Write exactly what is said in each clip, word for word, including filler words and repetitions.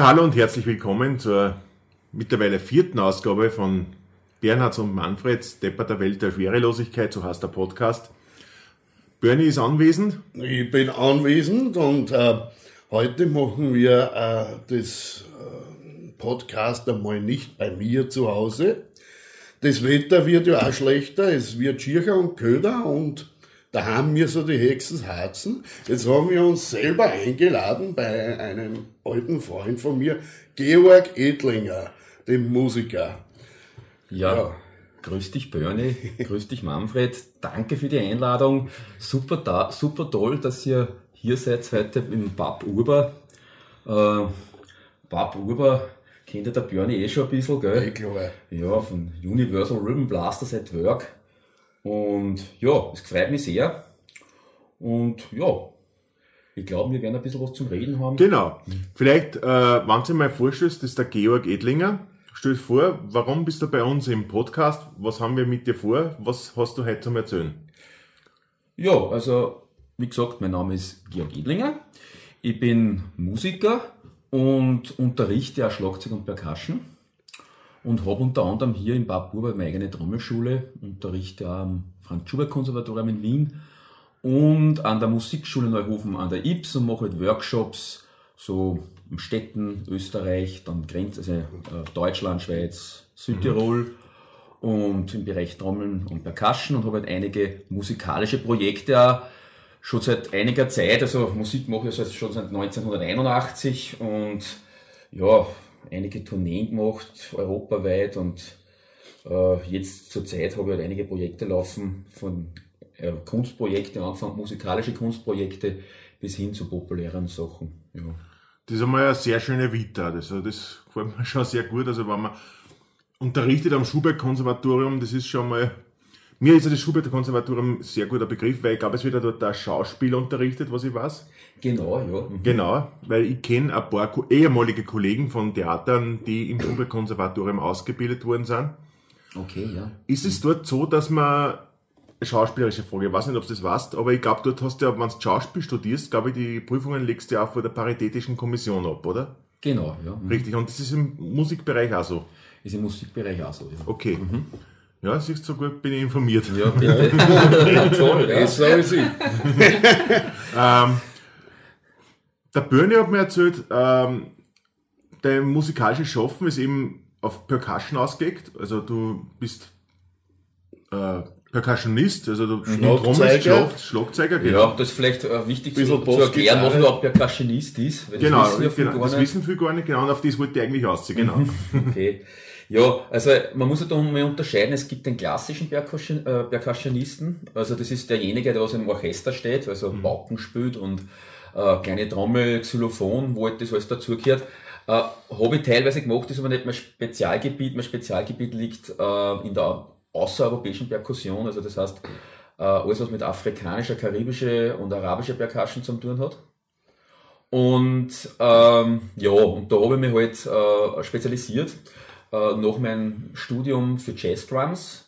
Ja, hallo und herzlich willkommen zur mittlerweile vierten Ausgabe von Bernhards und Manfreds Depper der Welt der Schwerelosigkeit, so heißt der Podcast. Bernie ist anwesend. Ich bin anwesend und äh, heute machen wir äh, das äh, Podcast einmal nicht bei mir zu Hause. Das Wetter wird ja auch schlechter, es wird schiercher und köder und da haben wir so die Hexen Harzen. Jetzt haben wir uns selber eingeladen bei einem alten Freund von mir, Georg Edlinger, dem Musiker. Ja, ja. Grüß dich Bernie, grüß dich Manfred, danke für die Einladung. Super, da, super toll, dass ihr hier seid heute im Pub Urba. Äh, Pub Urba kennt ihr der Bernie eh schon ein bisschen, gell? Ich glaube. Ja, von Universal Rhythm Blasters at Work. Und ja, es freut mich sehr. Und ja, ich glaube, wir werden ein bisschen was zum Reden haben. Genau. Vielleicht, äh, wenn Sie mal vorstellst, das ist der Georg Edlinger. Stell dir vor, warum bist du bei uns im Podcast? Was haben wir mit dir vor? Was hast du heute zum Erzählen? Ja, also, wie gesagt, mein Name ist Georg Edlinger. Ich bin Musiker und unterrichte auch Schlagzeug und Percussion. Und habe unter anderem hier in Bad Urba meine eigene Trommelschule, unterrichte auch am Franz-Schubert-Konservatorium in Wien und an der Musikschule Neuhofen an der I B S und mache halt Workshops, so in Städten, Österreich, dann Grenz, also äh, Deutschland, Schweiz, Südtirol mhm. und im Bereich Trommeln und Percussion und habe halt einige musikalische Projekte auch schon seit einiger Zeit, also Musik mache ich also schon seit neunzehnhunderteinundachtzig und ja, einige Tourneen gemacht, europaweit und äh, jetzt zur Zeit habe ich halt einige Projekte laufen, von äh, Kunstprojekte, Anfang musikalische Kunstprojekte bis hin zu populären Sachen. Ja. Das ist einmal eine sehr schöne Vita, also das gefällt mir schon sehr gut, also wenn man unterrichtet am Schubert-Konservatorium, das ist schon mal, mir ist ja das Schubert-Konservatorium ein sehr guter Begriff, weil ich glaube, es wird ja dort auch Schauspiel unterrichtet, was ich weiß. Genau, ja. Mhm. Genau, weil ich kenne ein paar ehemalige Kollegen von Theatern, die im Schubert-Konservatorium ausgebildet worden sind. Okay, ja. Ist es dort so, dass man, schauspielerische Frage, ich weiß nicht, ob du das weißt, aber ich glaube, dort hast du ja, wenn du Schauspiel studierst, glaube ich, die Prüfungen legst du ja auch vor der Paritätischen Kommission ab, oder? Genau, ja. Mhm. Richtig, und das ist im Musikbereich auch so? Ist im Musikbereich auch so, ja. Okay. Mhm. Ja, siehst du, so gut bin ich informiert. Ja, bitte. Ja, toll, ja. Das soll ich. ähm, Der Bernie hat mir erzählt, ähm, dein musikalisches Schaffen ist eben auf Percussion ausgelegt. Also du bist äh, Percussionist, also du Schlagzeuger. Schlag, Schlagzeuger, genau. Ja, das ist vielleicht äh, wichtig zu, Bisschen zu erklären, was Postgitarre. überhaupt Percussionist ist. Weil das Genau, wissen ja viele genau. gar Das nicht. wissen viele gar nicht, genau, und auf das wollte ich eigentlich aussehen, genau. Okay. Ja, also man muss ja da mal unterscheiden, es gibt den klassischen Percussion, äh, Percussionisten, also das ist derjenige, der aus einem Orchester steht, also mhm. Pauken spielt und äh, kleine Trommel, Xylophon, wo halt das alles dazugehört. Äh, habe ich teilweise gemacht, ist aber nicht mein Spezialgebiet. Mein Spezialgebiet liegt äh, in der außereuropäischen Perkussion, also das heißt, äh, alles was mit afrikanischer, karibischer und arabischer Percussion zu tun hat. Und ähm, ja, und da habe ich mich halt äh, spezialisiert. Nach meinem Studium für Jazz-Drums.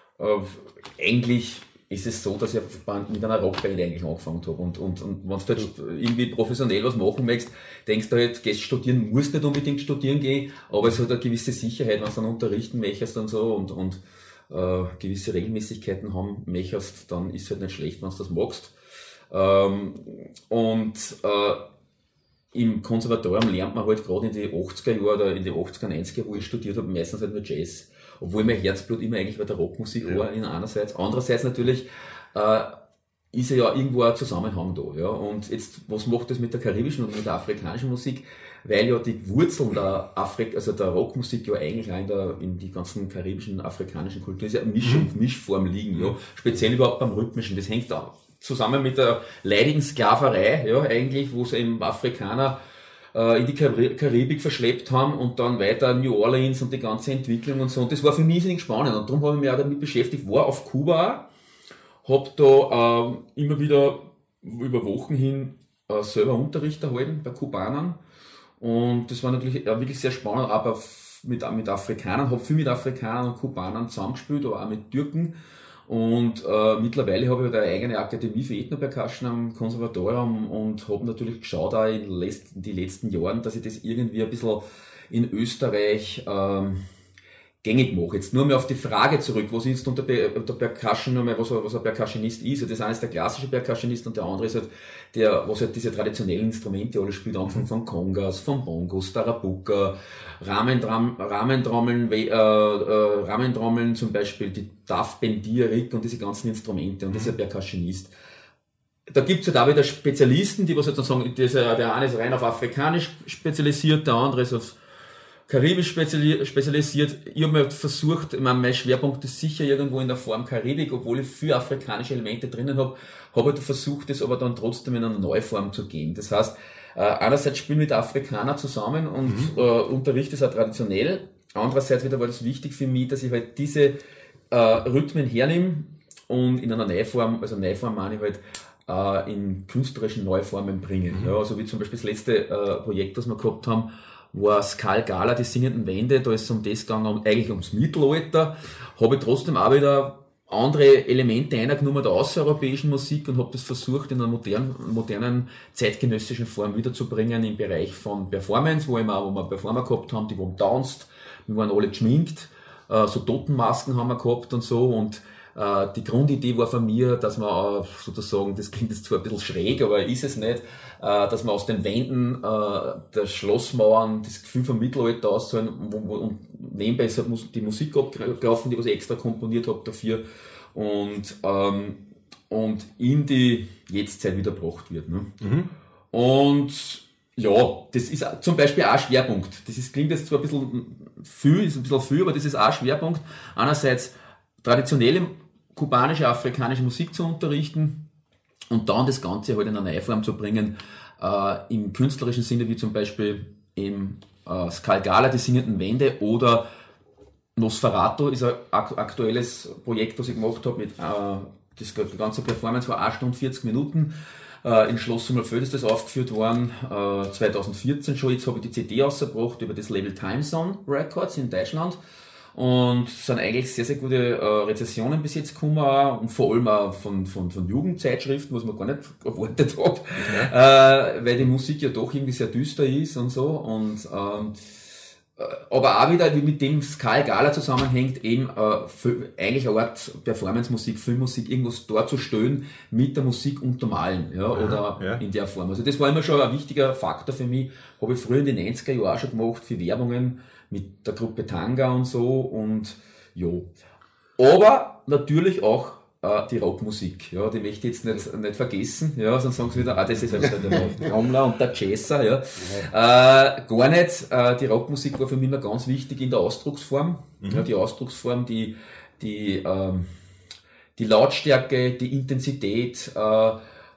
Eigentlich ist es so, dass ich mit einer Rockband eigentlich angefangen habe. Und, und, und wenn du halt irgendwie professionell was machen möchtest, denkst du halt, gehst studieren, musst nicht unbedingt studieren gehen, aber es hat eine gewisse Sicherheit, wenn du dann unterrichten möchtest und so und, und äh, gewisse Regelmäßigkeiten haben möchtest, dann ist es halt nicht schlecht, wenn du das magst. Ähm, und äh, im Konservatorium lernt man halt gerade in die achtziger Jahre oder in die achtziger, neunziger, wo ich studiert habe, meistens halt nur Jazz. Obwohl mein Herzblut immer eigentlich bei der Rockmusik ja. war, in einerseits. Andererseits natürlich äh, ist ja irgendwo ein Zusammenhang da. Ja. Und jetzt, was macht das mit der karibischen und mit der afrikanischen Musik? Weil ja die Wurzeln der Afrik, also der Rockmusik ja eigentlich auch in, der, in die ganzen karibischen, afrikanischen Kulturen, ist ja eine Mischung, mhm. Mischform liegen. Ja. Speziell überhaupt beim Rhythmischen. Das hängt da zusammen mit der leidigen Sklaverei, ja, eigentlich, wo sie eben Afrikaner äh, in die Karibik verschleppt haben und dann weiter New Orleans und die ganze Entwicklung und so. Und das war für mich nicht spannend. Und darum habe ich mich auch damit beschäftigt, war auf Kuba auch, habe da äh, immer wieder über Wochen hin äh, selber Unterricht erhalten bei Kubanern. Und das war natürlich äh, wirklich sehr spannend, aber mit, mit Afrikanern, habe viel mit Afrikanern und Kubanern zusammengespielt, aber auch mit Türken. Und äh, mittlerweile habe ich halt eine eigene Akademie für Ethno-Percussion am Konservatorium und habe natürlich geschaut auch in, les- in die letzten Jahren, dass ich das irgendwie ein bisschen in Österreich ähm, gängig mache. Jetzt nur mal auf die Frage zurück, was ist unter, Be- unter Percussion nochmal, was, was ein Percussionist ist. Das eine ist der klassische Percussionist und der andere ist halt der, was halt diese traditionellen Instrumente alle spielt, angefangen von Congas, von Bongos, Tarabuka, Rahmendram, Rahmentrommeln, äh, äh, Rahmentrommeln zum Beispiel, die Duff, Bendir, Rick und diese ganzen Instrumente und das ist ein Percussionist. Da gibt's halt auch wieder Spezialisten, die was sozusagen, der eine ist rein auf Afrikanisch spezialisiert, der andere ist auf Karibisch spezialisiert. Ich habe mir versucht, ich meine, mein Schwerpunkt ist sicher irgendwo in der Form Karibik, obwohl ich viel afrikanische Elemente drinnen habe, habe ich versucht, das aber dann trotzdem in eine neue Form zu gehen. Das heißt, äh, einerseits spiele ich mit Afrikanern zusammen und mhm. äh, unterrichte es auch traditionell. Andererseits wieder war das wichtig für mich, dass ich halt diese äh, Rhythmen hernehme und in einer Neuform, also Neuform meine ich halt, äh, in künstlerischen Neuformen bringe. Mhm. Ja, also wie zum Beispiel das letzte äh, Projekt, das wir gehabt haben, war Skal Gala, die singenden Wände, da ist es um das gegangen, eigentlich ums Mittelalter, habe ich trotzdem auch wieder andere Elemente eingenommen der außereuropäischen Musik und habe das versucht in einer modernen, modernen zeitgenössischen Form wiederzubringen im Bereich von Performance, wo, immer, wo wir Performer gehabt haben, die waren tanzt, wir waren alle geschminkt, äh, so Totenmasken haben wir gehabt und so und äh, die Grundidee war von mir, dass man äh, sozusagen, das klingt jetzt zwar ein bisschen schräg, aber ist es nicht, äh, dass man aus den Wänden äh, der Schlossmauern das Gefühl vom Mittelalter auszahlen wo, wo, und nebenbei ist halt die Musik abgelaufen, die was ich extra komponiert habe dafür und, ähm, und in die Jetztzeit wieder gebracht wird. Ne? Mhm. Und ja, das ist zum Beispiel auch ein Schwerpunkt. Das ist, klingt jetzt zwar ein bisschen viel, ist ein bisschen viel, aber das ist auch ein Schwerpunkt. Einerseits traditionelle kubanische, afrikanische Musik zu unterrichten und dann das Ganze halt in eine neue Form zu bringen, äh, im künstlerischen Sinne, wie zum Beispiel im äh, Skal Gala, die singenden Wände, oder Nosferatu ist ein ak- aktuelles Projekt, was ich gemacht habe, mit äh, das die ganze Performance war eine Stunde vierzig Minuten, äh, in Schloss Sommerfeld ist das aufgeführt worden, äh, zweitausendvierzehn schon, jetzt habe ich die C D rausgebracht über das Label Time Zone Records in Deutschland. Und es sind eigentlich sehr, sehr gute äh, Rezessionen bis jetzt gekommen auch, und vor allem auch von, von, von Jugendzeitschriften, was man gar nicht erwartet hat, okay. äh, weil die Musik ja doch irgendwie sehr düster ist und so. Und ähm, äh, aber auch wieder, wie mit dem Skal Gala zusammenhängt, eben äh, für, eigentlich eine Art Performance-Musik, Filmmusik, irgendwas darzustellen, mit der Musik untermalen, ja, Aha, oder ja. in der Form. Also das war immer schon ein wichtiger Faktor für mich, habe ich früher in den neunziger Jahren auch schon gemacht, für Werbungen, mit der Gruppe Tanga und so und ja. Aber natürlich auch äh, die Rockmusik, ja, die möchte ich jetzt nicht, nicht vergessen, ja, sonst sagen sie wieder, ah, das ist halt der Trommler und der Jazzer, ja. Äh, gar nicht, äh, die Rockmusik war für mich immer ganz wichtig in der Ausdrucksform, mhm. ja, die Ausdrucksform, die, die, ähm, die Lautstärke, die Intensität, äh,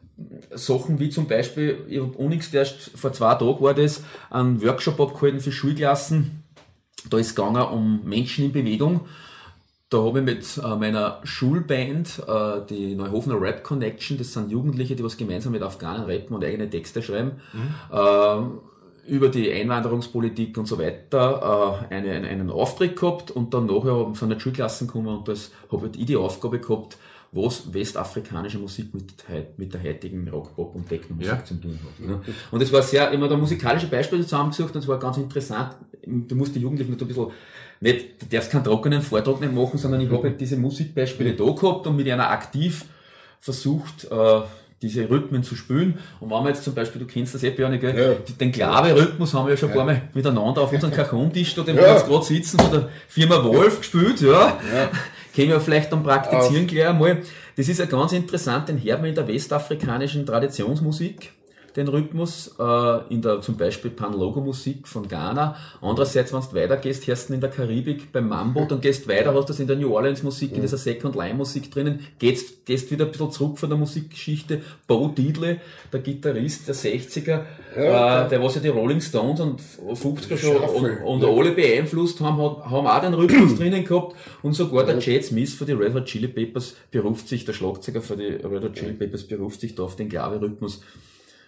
Sachen wie zum Beispiel, ich habe unlängst erst vor zwei Tagen war das, einen Workshop abgehalten für Schulklassen. Da ist es gegangen um Menschen in Bewegung. Da habe ich mit äh, meiner Schulband, äh, die Neuhofener Rap Connection, das sind Jugendliche, die was gemeinsam mit Afghanen rappen und eigene Texte schreiben, mhm. äh, über die Einwanderungspolitik und so weiter, äh, eine, eine, einen Auftritt gehabt und dann nachher sind die Schulklassen gekommen und das habe ich die Aufgabe gehabt, was westafrikanische Musik mit, mit der heutigen Rock, Pop und Techno-Musik ja. zu tun hat. Ne? Und es war sehr, immer da musikalische Beispiele zusammengesucht und es war ganz interessant. Du musst die Jugendlichen nicht ein bisschen, nicht, du darfst keinen trockenen Vortrag nicht machen, sondern ich habe halt diese Musikbeispiele da gehabt und mit einer aktiv versucht, äh, diese Rhythmen zu spielen. Und wenn wir jetzt zum Beispiel, du kennst das eh, Björn, gell? Ja. Den Klave-Rhythmus haben wir ja schon ein paar Mal miteinander auf unserem Cajon-Tisch, da, den ja. wir jetzt gerade sitzen, von der Firma Wolf gespielt, ja. ja. Können wir vielleicht dann praktizieren gleich einmal. Das ist ja ganz interessant, den hört man in der westafrikanischen Traditionsmusik, den Rhythmus, äh, in der zum Beispiel Pan-Logo-Musik von Ghana. Andererseits, wenn du weitergehst, hörst du ihn in der Karibik beim Mambo, dann gehst du weiter, hast du das in der New Orleans-Musik, in dieser Second-Line-Musik drinnen, gehst, gehst wieder ein bisschen zurück von der Musikgeschichte. Bo Diddley, der Gitarrist der sechziger, ja, äh, der was ja die Rolling Stones und fünfziger schon und, und ja. alle beeinflusst haben, hat, haben auch den Rhythmus drinnen gehabt, und sogar der Chad Smith für die Red Hot Chili Peppers beruft sich, der Schlagzeuger für die Red Hot Chili Peppers beruft sich da auf den Klave-Rhythmus.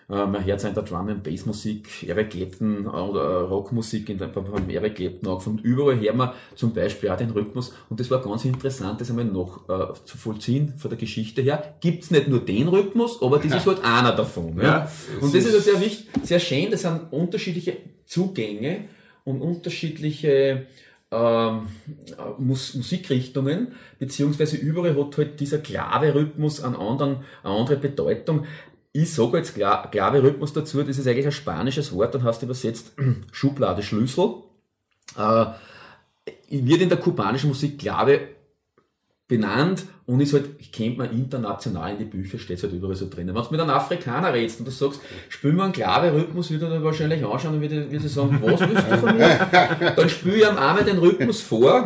Man hört es in der Drum and Bass Musik, Eric Clapton oder Rockmusik in der, beim Eric Clapton angefangen. Überall hören wir zum Beispiel auch den Rhythmus. Und das war ganz interessant, das einmal noch äh, zu vollziehen von der Geschichte her. Gibt's nicht nur den Rhythmus, aber das ist halt einer davon. Ja. Ja. Und das ist ja sehr wichtig, sehr schön. Das sind unterschiedliche Zugänge und unterschiedliche ähm, Mus- Musikrichtungen, beziehungsweise überall hat halt dieser Klave-Rhythmus einen anderen, eine andere Bedeutung. Ich sage jetzt Klave-Rhythmus dazu, das ist eigentlich ein spanisches Wort und heißt übersetzt Schublade Schlüssel. Äh, wird in der kubanischen Musik Klave benannt und ist halt, kennt man international in die Bücher, steht es halt überall so drinnen. Wenn du mit einem Afrikaner redest und du sagst, spiel mir einen Klave-Rhythmus, wird er dann wahrscheinlich anschauen und wird, wird er sagen, was willst du von mir? Dann spiel ich ihm einmal den Rhythmus vor.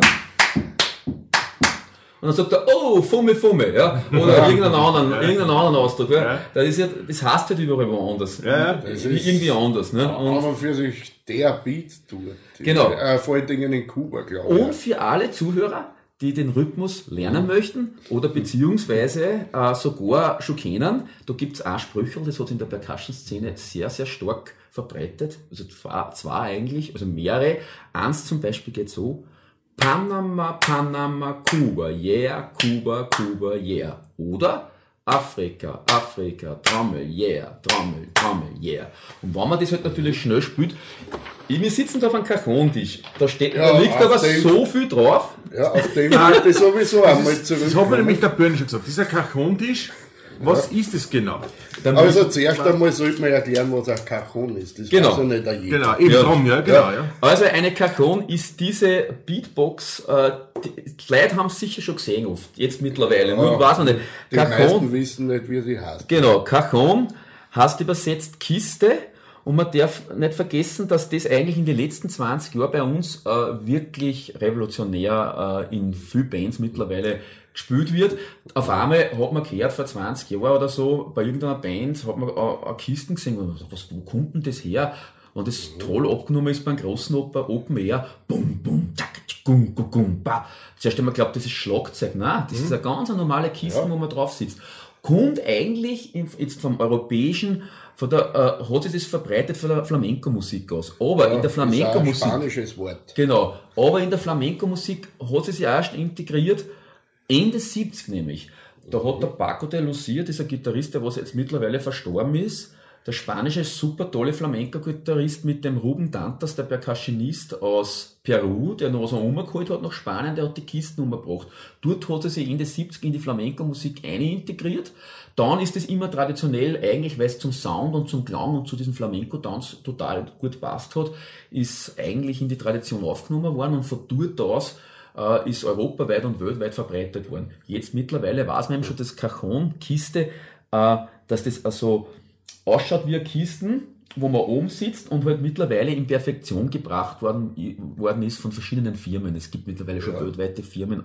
Und dann sagt er, oh, Fumme, Fumme, ja, oder ja. irgendeinen anderen, ja. irgendeinen anderen Ausdruck, ja. Ja. Das ist ja, das heißt halt überall woanders. Ja, das ist irgendwie anders, ne? Und aber für sich der Beat tut. Genau. Äh, vor allen Dingen in Kuba, glaube ich. Und für alle Zuhörer, die den Rhythmus lernen mhm. möchten, oder beziehungsweise äh, sogar schon kennen, da gibt's auch Sprüche, das hat in der Percussion-Szene sehr, sehr stark verbreitet, also zwei, zwei eigentlich, also mehrere. Eins zum Beispiel geht so, Panama, Panama, Kuba, yeah, Kuba, Kuba, yeah. Oder Afrika, Afrika, Trommel, yeah, Trommel, Trommel, yeah. Und wenn man das halt natürlich schnell spielt, wir sitzen da auf einem Cajon-Tisch, da, steht, ja, da liegt aber dem, so viel drauf. Ja, auf dem wird das sowieso einmal zurück. Das hat mir nämlich der Björn schon gesagt, dieser Cajon-Tisch, was ja. ist das genau? Dann also zuerst einmal sollte man erklären, was ein Cajon ist. Das genau. weiß ja nicht jeder. Genau, eben ja. drum, ja, genau. Ja. Ja. Also eine Cajon ist diese Beatbox, äh, die, die Leute haben es sicher schon gesehen oft, jetzt mittlerweile, ja. nur weiß man nicht. Die Cajon, meisten wissen nicht, wie sie heißt. Genau, Cajon heißt übersetzt Kiste. Und man darf nicht vergessen, dass das eigentlich in den letzten zwanzig Jahren bei uns äh, wirklich revolutionär äh, in vielen Bands mittlerweile gespielt wird. Auf einmal hat man gehört, vor zwanzig Jahren oder so, bei irgendeiner Band hat man eine Kisten gesehen und man dachte, was, wo kommt denn das her? Und das mhm. toll abgenommen ist beim großen Oper, Open Air, bum, bum, tschak, gum, gum, gum, ba. Zuerst einmal glaubt, das ist Schlagzeug. Nein, das mhm. ist eine ganz normale Kiste, ja. wo man drauf sitzt. Kommt eigentlich jetzt vom europäischen, von der, äh, hat sich das verbreitet von der Flamenco-Musik aus. Aber ja, in der Flamenco-Musik. Das ist ein spanisches Wort. Genau. Aber in der Flamenco-Musik hat sie sich erst integriert, Ende siebzig nämlich. Da hat der Paco de Lucia, dieser Gitarrist, der was jetzt mittlerweile verstorben ist, der spanische super tolle Flamenco-Gitarrist mit dem Ruben Dantas, der Percussionist aus Peru, der noch so umgeholt hat nach Spanien, der hat die Kisten umgebracht. Dort hat er sich Ende siebzig in die Flamenco-Musik einintegriert. Dann ist es immer traditionell, eigentlich, weil es zum Sound und zum Klang und zu diesem Flamenco-Tanz total gut passt hat, ist eigentlich in die Tradition aufgenommen worden und von dort aus äh, ist europaweit und weltweit verbreitet worden. Jetzt mittlerweile weiß man eben schon, das Cajon, Kiste, äh, dass das also ausschaut wie eine Kisten, wo man oben sitzt und halt mittlerweile in Perfektion gebracht worden, worden ist von verschiedenen Firmen. Es gibt mittlerweile schon ja. weltweite Firmen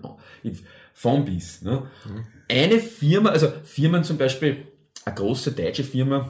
von bis. Ne? Mhm. Eine Firma, also Firmen zum Beispiel, eine große deutsche Firma,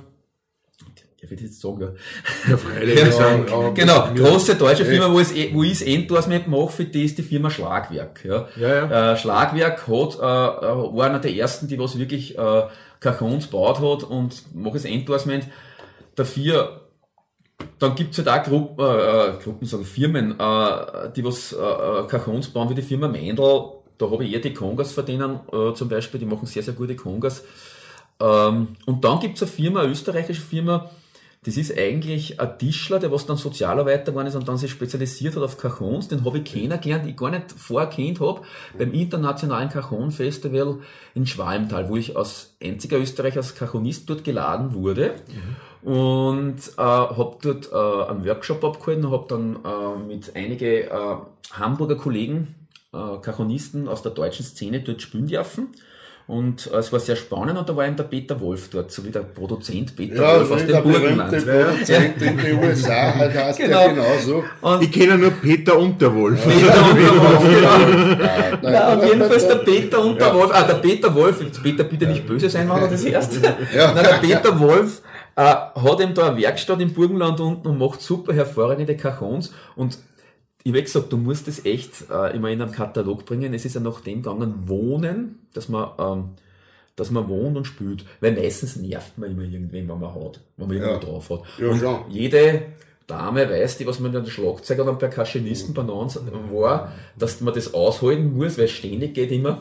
ich würde jetzt sagen, ja. Ja, freilich. Ja, sagen, ja, genau, große deutsche Firma, wo, es, wo ich das Endorsement mache, für die ist die Firma Schlagwerk. Ja. Ja, ja. Äh, Schlagwerk hat, äh, war einer der ersten, die was wirklich äh, Cajons gebaut hat und mache das Endorsement dafür. Dann gibt's halt auch Gruppen, äh, Gruppen sagen Firmen, äh, die was äh, Cajons bauen, wie die Firma Mendel. Da habe ich eher die Congas von denen äh, zum Beispiel, die machen sehr, sehr gute Congas. Ähm, und dann gibt's eine Firma, eine österreichische Firma, das ist eigentlich ein Tischler, der was dann Sozialarbeiter geworden ist und dann sich spezialisiert hat auf Cajons. Den habe ich kennengelernt, ich gar nicht vorher kennt habe, beim internationalen Cajon Festival in Schwalmtal, wo ich als einziger Österreicher als Cajonist dort geladen wurde. Mhm. Und äh, habe dort äh, einen Workshop abgehalten und habe dann äh, mit einigen äh, Hamburger Kollegen, äh, Cajonisten aus der deutschen Szene dort spielen dürfen. Und äh, es war sehr spannend und da war eben der Peter Wolf dort, so wie der Produzent Peter ja, Wolf aus dem Burgenland. Der Produzent ja. in den U S A, halt heißt genau. der genauso. Und ich kenne nur Peter und der Wolf. Peter und der Wolf, genau. Ja, nein, auf jeden Fall der Peter und der ja. Wolf, ah, der Peter Wolf, jetzt Peter bitte nicht böse sein, wenn er das erst. Ja. Nein, der Peter Wolf äh, hat eben da eine Werkstatt im Burgenland unten und macht super hervorragende Cajons und ich habe gesagt, du musst es echt äh, immer in einen Katalog bringen. Es ist ja nach dem gegangen, Wohnen, dass man ähm, dass man wohnt und spielt. Weil meistens nervt man immer irgendwen, wenn man hat, wenn man irgendwo Ja. drauf hat. Ja, und schon. jede Dame weiß, die, was man den Schlagzeuger und Percussionisten bei uns war, dass man das aushalten muss, weil ständig geht immer.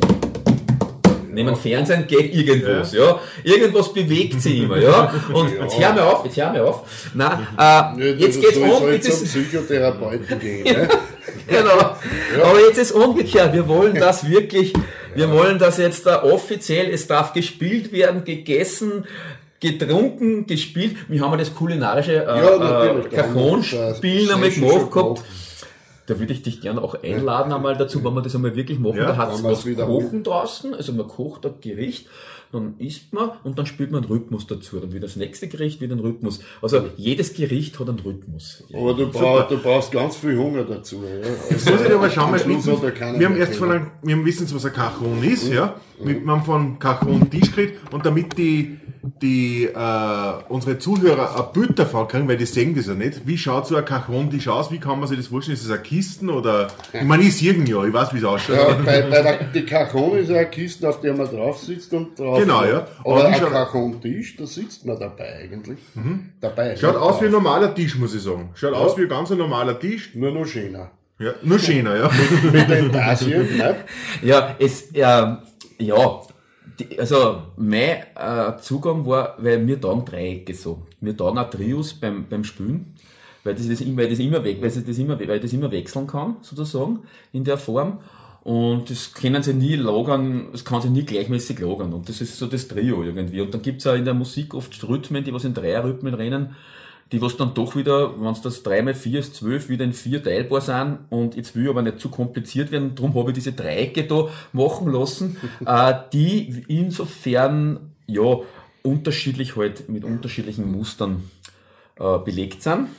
Neben dem Fernsehen geht irgendwas, ja. ja. Irgendwas bewegt sich immer, ja. Und Ja. jetzt hör mir auf, jetzt hör mir auf. Nein, äh, Ja, jetzt das geht's soll um soll mit zum das, Psychotherapeuten gehen. Ne? genau. Aber jetzt ist umgekehrt. Wir wollen das wirklich, wir wollen das jetzt da offiziell, es darf gespielt werden, gegessen, getrunken, gespielt. Wir haben ja das kulinarische Ja, äh, natürlich. äh, Cajon-Spielen Da haben einmal wir schon gemacht gehabt. gemacht. Da würde ich dich gerne auch einladen einmal dazu, wenn wir das einmal wirklich machen. Ja, da hat es machen wir's was wieder kochen draußen, also man kocht ein Gericht, dann isst man und dann spielt man einen Rhythmus dazu. Dann wieder das nächste Gericht, wieder einen Rhythmus. Also jedes Gericht hat einen Rhythmus. Aber du, brauch, du brauchst ganz viel Hunger dazu. Ja. Jetzt muss ich aber schauen, Am mal Schluss wissen, hat er keiner wir haben mehr erst von können. einem, wir wissen, was ein Cajon ist, ja. Wir haben von Cajon Tisch geredet und damit die, die, äh, unsere Zuhörer ein Bild davon kriegen, weil die sehen das ja nicht. Wie schaut so ein Cajon Tisch aus? Wie kann man sich das vorstellen? Ist das eine Kisten oder, ich meine, ich sehe ihn ja, ich weiß, wie es ausschaut. Ja, bei, bei der die Cajon ist ja eine Kiste, auf der man drauf sitzt und drauf. Genau, ja. Aber Aber wie ein schaut- Cajon-Tisch, da sitzt man dabei eigentlich. Dabei. Schaut nicht aus wie ein drauf. normaler Tisch, muss ich sagen. Schaut aus wie ein ganz ein normaler Tisch. Nur noch schöner. Ja, nur schöner, ja. Mit Intarsien, ne? Ja, es, ähm, ja, die, also mein äh, Zugang war, weil wir taugen Dreiecke so. Wir taugen auch Trios beim, beim Spielen, weil das, das, weil das immer weg, weil das immer, weil das immer wechseln kann, sozusagen, in der Form. Und das können sie nie lagern, das kann sich nie gleichmäßig lagern. Und das ist so das Trio irgendwie. Und dann gibt's auch in der Musik oft Rhythmen, die was in Dreierrhythmen rennen, die was dann doch wieder, wenn es das drei mal vier ist zwölf, wieder in vier teilbar sind. Und jetzt will ich aber nicht zu kompliziert werden, darum habe ich diese Dreiecke da machen lassen, äh, die insofern, ja, unterschiedlich halt, mit unterschiedlichen Mustern äh, belegt sind.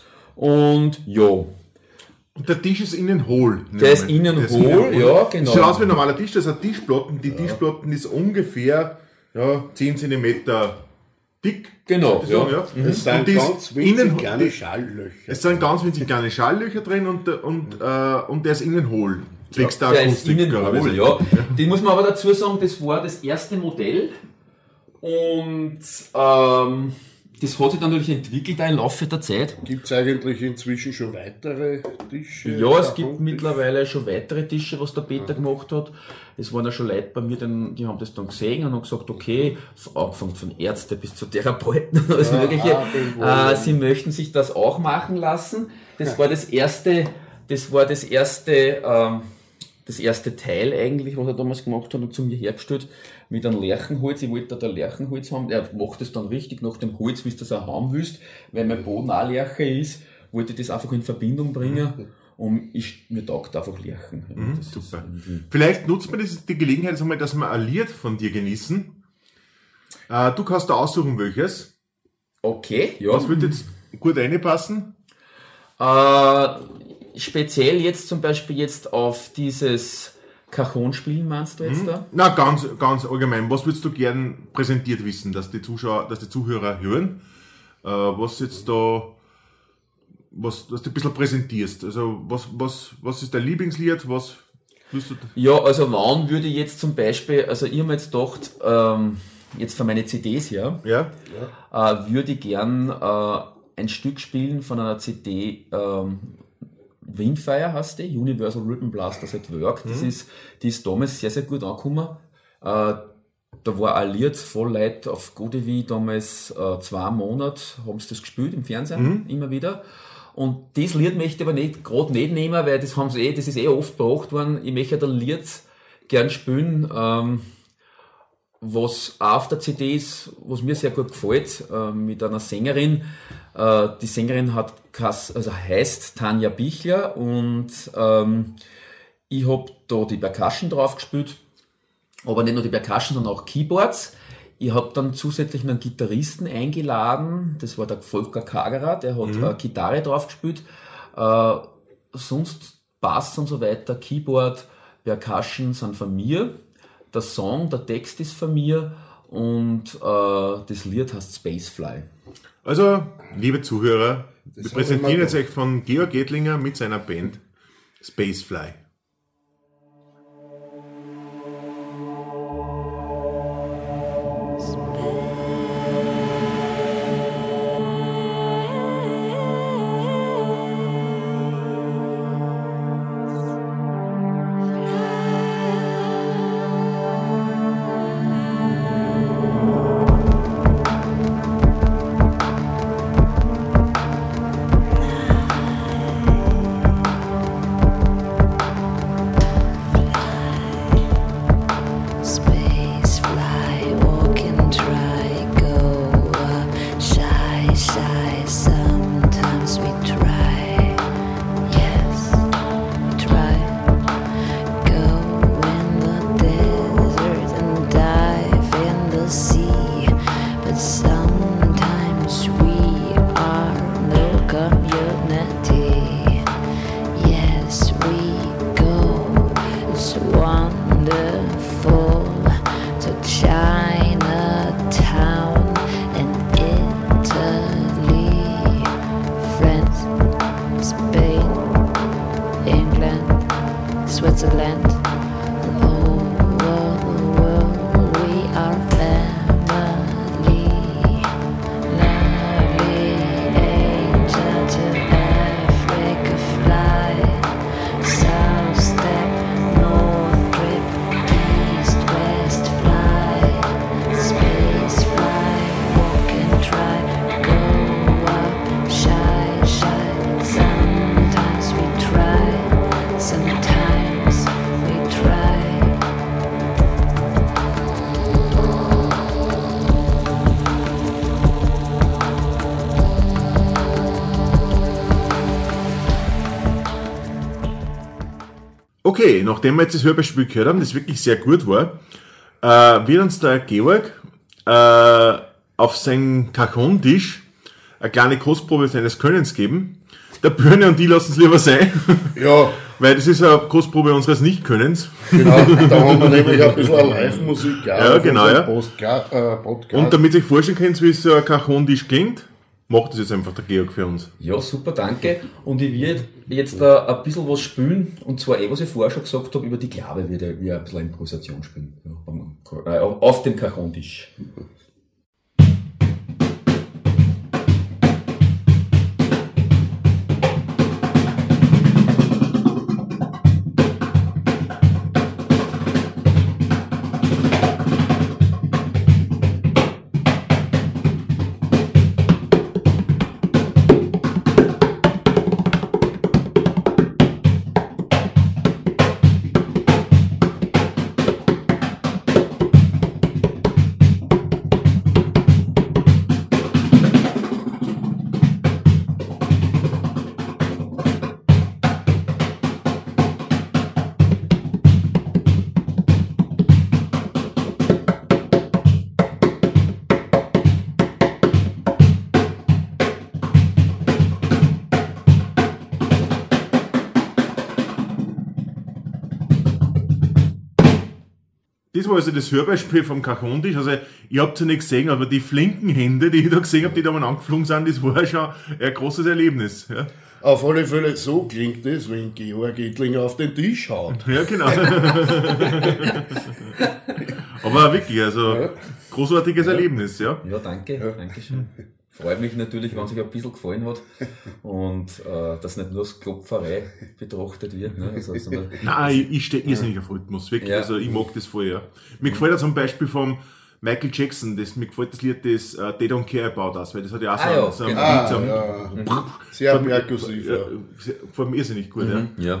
Und ja, Und der Tisch ist innen hohl. der ist innen Der ist hohl, ja, genau. Schaut aus wie ein normaler Tisch, das hat Tischplatten. Die Tischplatten ist ungefähr ja, zehn Zentimeter dick. Genau, würde ich sagen, ja. ja. Es sind Und die ist ganz winzig innen- kleine Schalllöcher. Es sind ganz winzig kleine Schalllöcher drin und, und, äh, und der ist innen hohl. Zwecks der Der ist Akustik, innen glaube ich. hohl, ja. Die muss man aber dazu sagen, das war das erste Modell und ähm, das hat sich dann natürlich entwickelt auch im Laufe der Zeit. Gibt es eigentlich inzwischen schon weitere Tische? Ja, es gibt Cajon-Tische? mittlerweile schon weitere Tische, was der Peter gemacht hat. Es waren ja schon Leute bei mir, die, die haben das dann gesehen und haben gesagt, okay, angefangen von Ärzte bis zu Therapeuten und alles Ja, Mögliche. ah, bin wohl. Äh, sie möchten sich das auch machen lassen. Das war das erste, das war das erste, ähm, das erste Teil eigentlich, was er damals gemacht hat und zu mir hergestellt, mit einem Lärchenholz. Ich wollte da Lärchenholz haben. Er macht das dann richtig nach dem Holz, wie du das auch haben willst, weil mein Boden auch Lärche ist, wollte ich das einfach in Verbindung bringen. Und ich, mir taugt einfach Lärchen. Ja, Mhm, das ist super. irgendwie- Vielleicht nutzt man das, die Gelegenheit, jetzt einmal, dass wir ein Lied von dir genießen. Äh, du kannst da aussuchen, welches. Okay, ja. Was wird jetzt gut reinpassen? Äh, speziell jetzt zum Beispiel jetzt auf dieses Cajon-Spielen meinst du jetzt da? Na, ganz, ganz allgemein. Was würdest du gern präsentiert wissen, dass die Zuschauer, dass die Zuhörer hören? Äh, was jetzt da, was, dass du ein bisschen präsentierst. Also, was, was, was ist dein Lieblingslied? Was willst du da? Ja, also wann würde ich jetzt zum Beispiel, also ich habe mir jetzt gedacht, ähm, jetzt für meine C Ds her, Ja? äh, würde ich gern äh, ein Stück spielen von einer C D, ähm, Windfire heißt die, Universal Rhythm Blasters at Work. Das ist, die ist damals sehr, sehr gut angekommen. Äh, da war ein Lied voll Leute auf GoTV damals äh, zwei Monate, haben sie das gespielt im Fernsehen, immer wieder. Und das Lied möchte ich aber nicht, gerade nicht nehmen, weil das haben sie eh, das ist eh oft gebracht worden. Ich möchte ein Lied gern spielen, ähm, was auch auf der C D ist, was mir sehr gut gefällt, äh, mit einer Sängerin. Äh, die Sängerin hat Kass, also heißt Tanja Bichler und ähm, ich habe da die Percussion drauf gespielt, aber nicht nur die Percussion, sondern auch Keyboards. Ich habe dann zusätzlich einen Gitarristen eingeladen, das war der Volker Kagerer, der hat mhm. äh, Gitarre drauf gespielt. Äh, sonst Bass und so weiter, Keyboard, Percussion sind von mir. Der Song, der Text ist von mir und äh, das Lied heißt Spacefly. Also, liebe Zuhörer, wir haben präsentieren wir jetzt euch von Georg Edlinger mit seiner Band Spacefly. Switzerland. And over the world we are family. Lovely angel to Africa fly. South step, north trip, east west fly. Space fly, walk and try. Go up, shy, shy. Sometimes we try, sometimes we try. Okay, nachdem wir jetzt das Hörspiel gehört haben, das wirklich sehr gut war, äh, wird uns der Georg äh, auf seinen Cajon-Tisch eine kleine Kostprobe seines Könnens geben. Der Börne und die lassen es lieber sein, Ja, weil das ist eine Kostprobe unseres Nicht-Könnens. genau, da haben wir nämlich ein bisschen eine Live-Musik Ja, genau, ja. Postka- äh, Podcast. Und damit ihr euch vorstellen könnt, wie so ein Cajon-Tisch klingt, macht das jetzt einfach der Georg für uns. Ja, super, danke. Und ich werde jetzt da ein bisschen was spielen, und zwar eh, was ich vorher schon gesagt habe, über die Klabe wird ich ein bisschen Improvisation spielen. Ja, am- äh, auf dem Cajon-Tisch. Das war also das Hörbeispiel vom Cajon-Tisch. Also, ich hab's ja nicht gesehen, aber die flinken Hände, die ich da gesehen habe, die da mal angeflogen sind, das war schon ein großes Erlebnis. Ja, Auf alle Fälle, so klingt es, wenn Georg Edlinger auf den Tisch haut. ja genau. Aber wirklich, also großartiges Erlebnis, ja. Ja, danke, danke schön. Freut mich natürlich, wenn es euch ein bisschen gefallen hat und äh, dass nicht nur als Klopferei betrachtet wird. Ne? Also, sondern Nein, ich, ich stehe irrsinnig auf Rhythmus, wirklich. Ja. Also ich mag das voll, ja. Mir gefällt ja zum Beispiel vom Michael Jackson, das, mir gefällt das Lied, das uh, They Don't Care About Us, weil das hat ja auch so, Ah, ja, so ein genau. Beat, so ein- Ah, ja. Sehr perkussiv. ja, Ja. gefällt mir irrsinnig gut, ja. ja.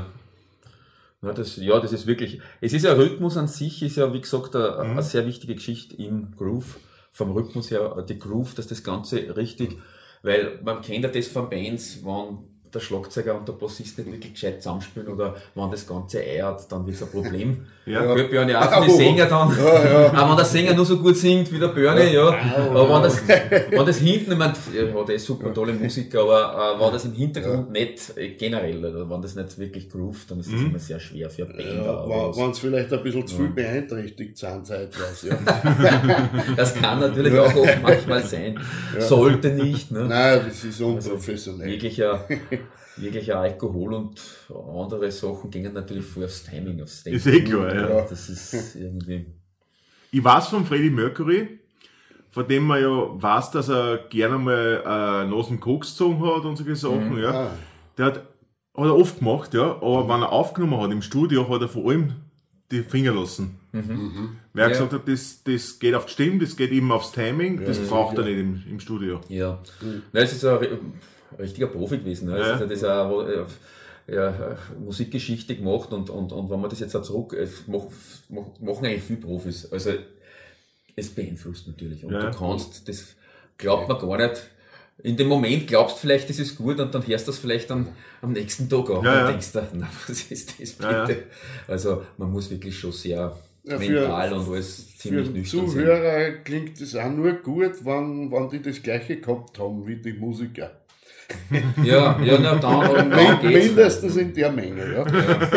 Ja, das, ja, das ist wirklich, es ist ja Rhythmus an sich, ist ja wie gesagt eine, eine sehr wichtige Geschichte im Groove, vom Rhythmus her, die Groove, dass das Ganze richtig, weil man kennt ja das von Bands, wenn der Schlagzeuger und der Bassist nicht wirklich gescheit zusammenspielen oder wenn das Ganze eiert, dann wird es ein Problem. Ja. Ja. Gehört Björn ja auch für die Sänger dann. Aber wenn der Sänger nur so gut singt wie der Björn, ja. Aber wenn das, wenn das hinten, ich meine, ja, der ist super, tolle Musik, aber äh, wenn das im Hintergrund nicht, äh, generell, oder wenn das nicht wirklich groovt, dann ist das immer sehr schwer für eine Band. Ja, aber wenn es vielleicht ein bisschen zu viel beeinträchtigt sind, zeitweise. Ja. das kann natürlich auch oft manchmal sein. Sollte nicht, ne? Nein, das ist unprofessionell. Jeglicher, jeglicher Alkohol und andere Sachen gehen natürlich vor aufs Timing, aufs Denken. Ist eh klar, ja. Das ist irgendwie. Ich weiß von Freddie Mercury, von dem man ja weiß, dass er gerne mal äh, Nasen Koks gezogen hat und solche Sachen, ja. Ah. Der hat, hat er oft gemacht, ja, aber wenn er aufgenommen hat im Studio, hat er vor allem die Finger lassen. Weil er Ja. gesagt hat, das, das geht auf die Stimme, das geht eben aufs Timing, das braucht er nicht im, im Studio. Ja. Nein, es ist ein ri- richtiger Profi gewesen. Ne? Ja. Also, das ist auch, wo, äh, ja, äh, Musikgeschichte gemacht und, und, und wenn man das jetzt auch zurück, es mach, mach, machen eigentlich viele Profis. Also es beeinflusst natürlich. Und Ja. du kannst, das glaubt man gar nicht. In dem Moment glaubst du vielleicht, das ist gut und dann hörst du das vielleicht am, am nächsten Tag an Ja, und ja. denkst du, na, was ist das bitte? Ja, ja. Also man muss wirklich schon sehr Ja, für- mental und alles Für ziemlich den nüchtern sein. Zuhörer klingt es auch nur gut, wenn, wenn die das Gleiche gehabt haben wie die Musiker. Ja, ja, na, dann, dann Min- geht's. Mindestens in der Menge, ja.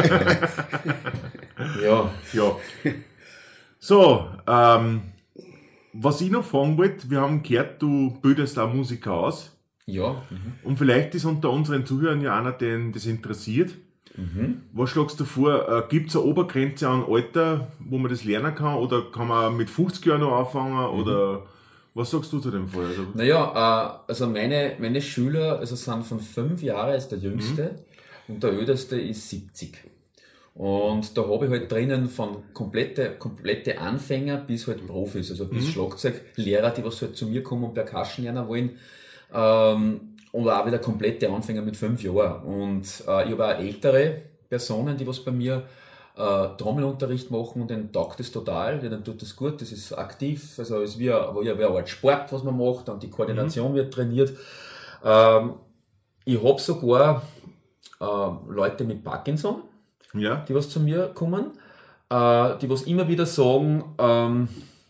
Ja, Ja. So, ähm, was ich noch fragen wollte, wir haben gehört, du bildest auch Musiker aus. ja. Und vielleicht ist unter unseren Zuhörern ja einer, den das interessiert. Mhm. Was schlagst du vor? Äh, Gibt es eine Obergrenze an Alter, wo man das lernen kann? Oder kann man mit fünfzig Jahren noch anfangen? Mhm. Oder was sagst du zu dem Fall? Also, Naja, äh, also meine, meine Schüler also sind von fünf Jahren ist der jüngste und der älteste ist siebzig. Und da habe ich halt drinnen von komplette, komplette Anfänger bis halt Profis, also bis Schlagzeuglehrer, die was halt zu mir kommen und Percussion lernen wollen. Ähm, und auch wieder komplette Anfänger mit fünf Jahren. Und äh, ich habe auch ältere Personen, die was bei mir äh, Trommelunterricht machen und denen taugt das total, denen tut das gut, das ist aktiv, also es ist wie ein, wie eine Art Sport, was man macht, und die Koordination wird trainiert. Ähm, ich habe sogar äh, Leute mit Parkinson, ja. die was zu mir kommen, äh, die was immer wieder sagen, ähm,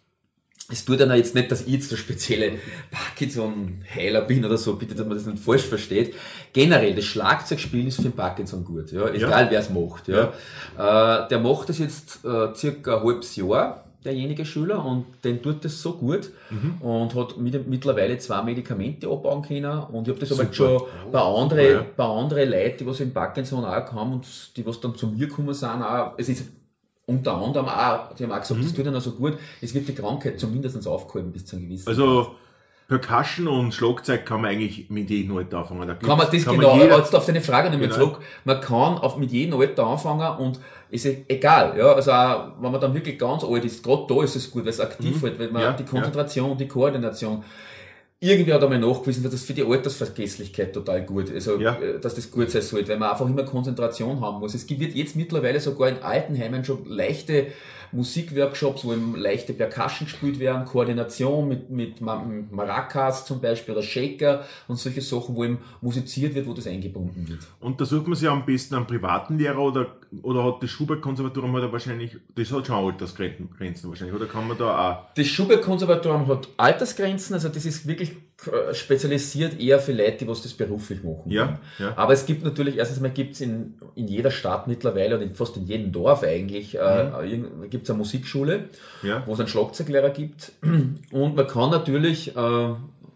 es tut einer jetzt nicht, dass ich jetzt der spezielle Parkinson-Heiler bin oder so, bitte, dass man das nicht falsch versteht. Generell, das Schlagzeugspielen ist für den Parkinson gut, ja, egal ja. wer es macht. Ja. Ja. Äh, der macht das jetzt äh, circa ein halbes Jahr, derjenige Schüler, und den tut das so gut mhm. und hat mit, mittlerweile zwei Medikamente abbauen können, und ich habe das aber schon bei anderen, ja. bei anderen Leuten, die was in Parkinson auch haben und die was dann zu mir gekommen sind, auch, es ist unter anderem auch, die haben auch gesagt, mhm. das tut ihnen so gut, es wird die Krankheit zumindest aufgehalten bis zu einem gewissen Also Grad. Percussion und Schlagzeug kann man eigentlich mit jedem Alter anfangen. Da kann man das kann genau, man jeder, aber jetzt auf deine Frage nicht mehr genau. zurück, man kann auf, mit jedem Alter anfangen und ist egal, ja, also auch, wenn man dann wirklich ganz alt ist, gerade da ist es gut, weil es aktiv mhm. halt, weil man ja, die Konzentration, ja. die Koordination, irgendwie hat er mal nachgewiesen, dass das für die Altersvergesslichkeit total gut ist, also, ja. dass das gut sein sollte, weil man einfach immer Konzentration haben muss. Es wird jetzt mittlerweile sogar in Altenheimen schon leichte Musikworkshops, wo eben leichte Percussion gespielt werden, Koordination mit, mit Maracas zum Beispiel oder Shaker und solche Sachen, wo eben musiziert wird, wo das eingebunden wird. Und da sucht man sich am besten einen privaten Lehrer, oder, oder hat das Schubert-Konservatorium halt wahrscheinlich, das hat schon Altersgrenzen wahrscheinlich, oder kann man da auch? Das Schubert-Konservatorium hat Altersgrenzen, also das ist wirklich spezialisiert eher für Leute, die was das beruflich machen. Ja, ja. Aber es gibt natürlich, erstens mal gibt es in, in jeder Stadt mittlerweile und in fast in jedem Dorf eigentlich, mhm. äh, gibt es eine Musikschule, ja. wo es einen Schlagzeuglehrer gibt. Und man kann natürlich, äh, wenn,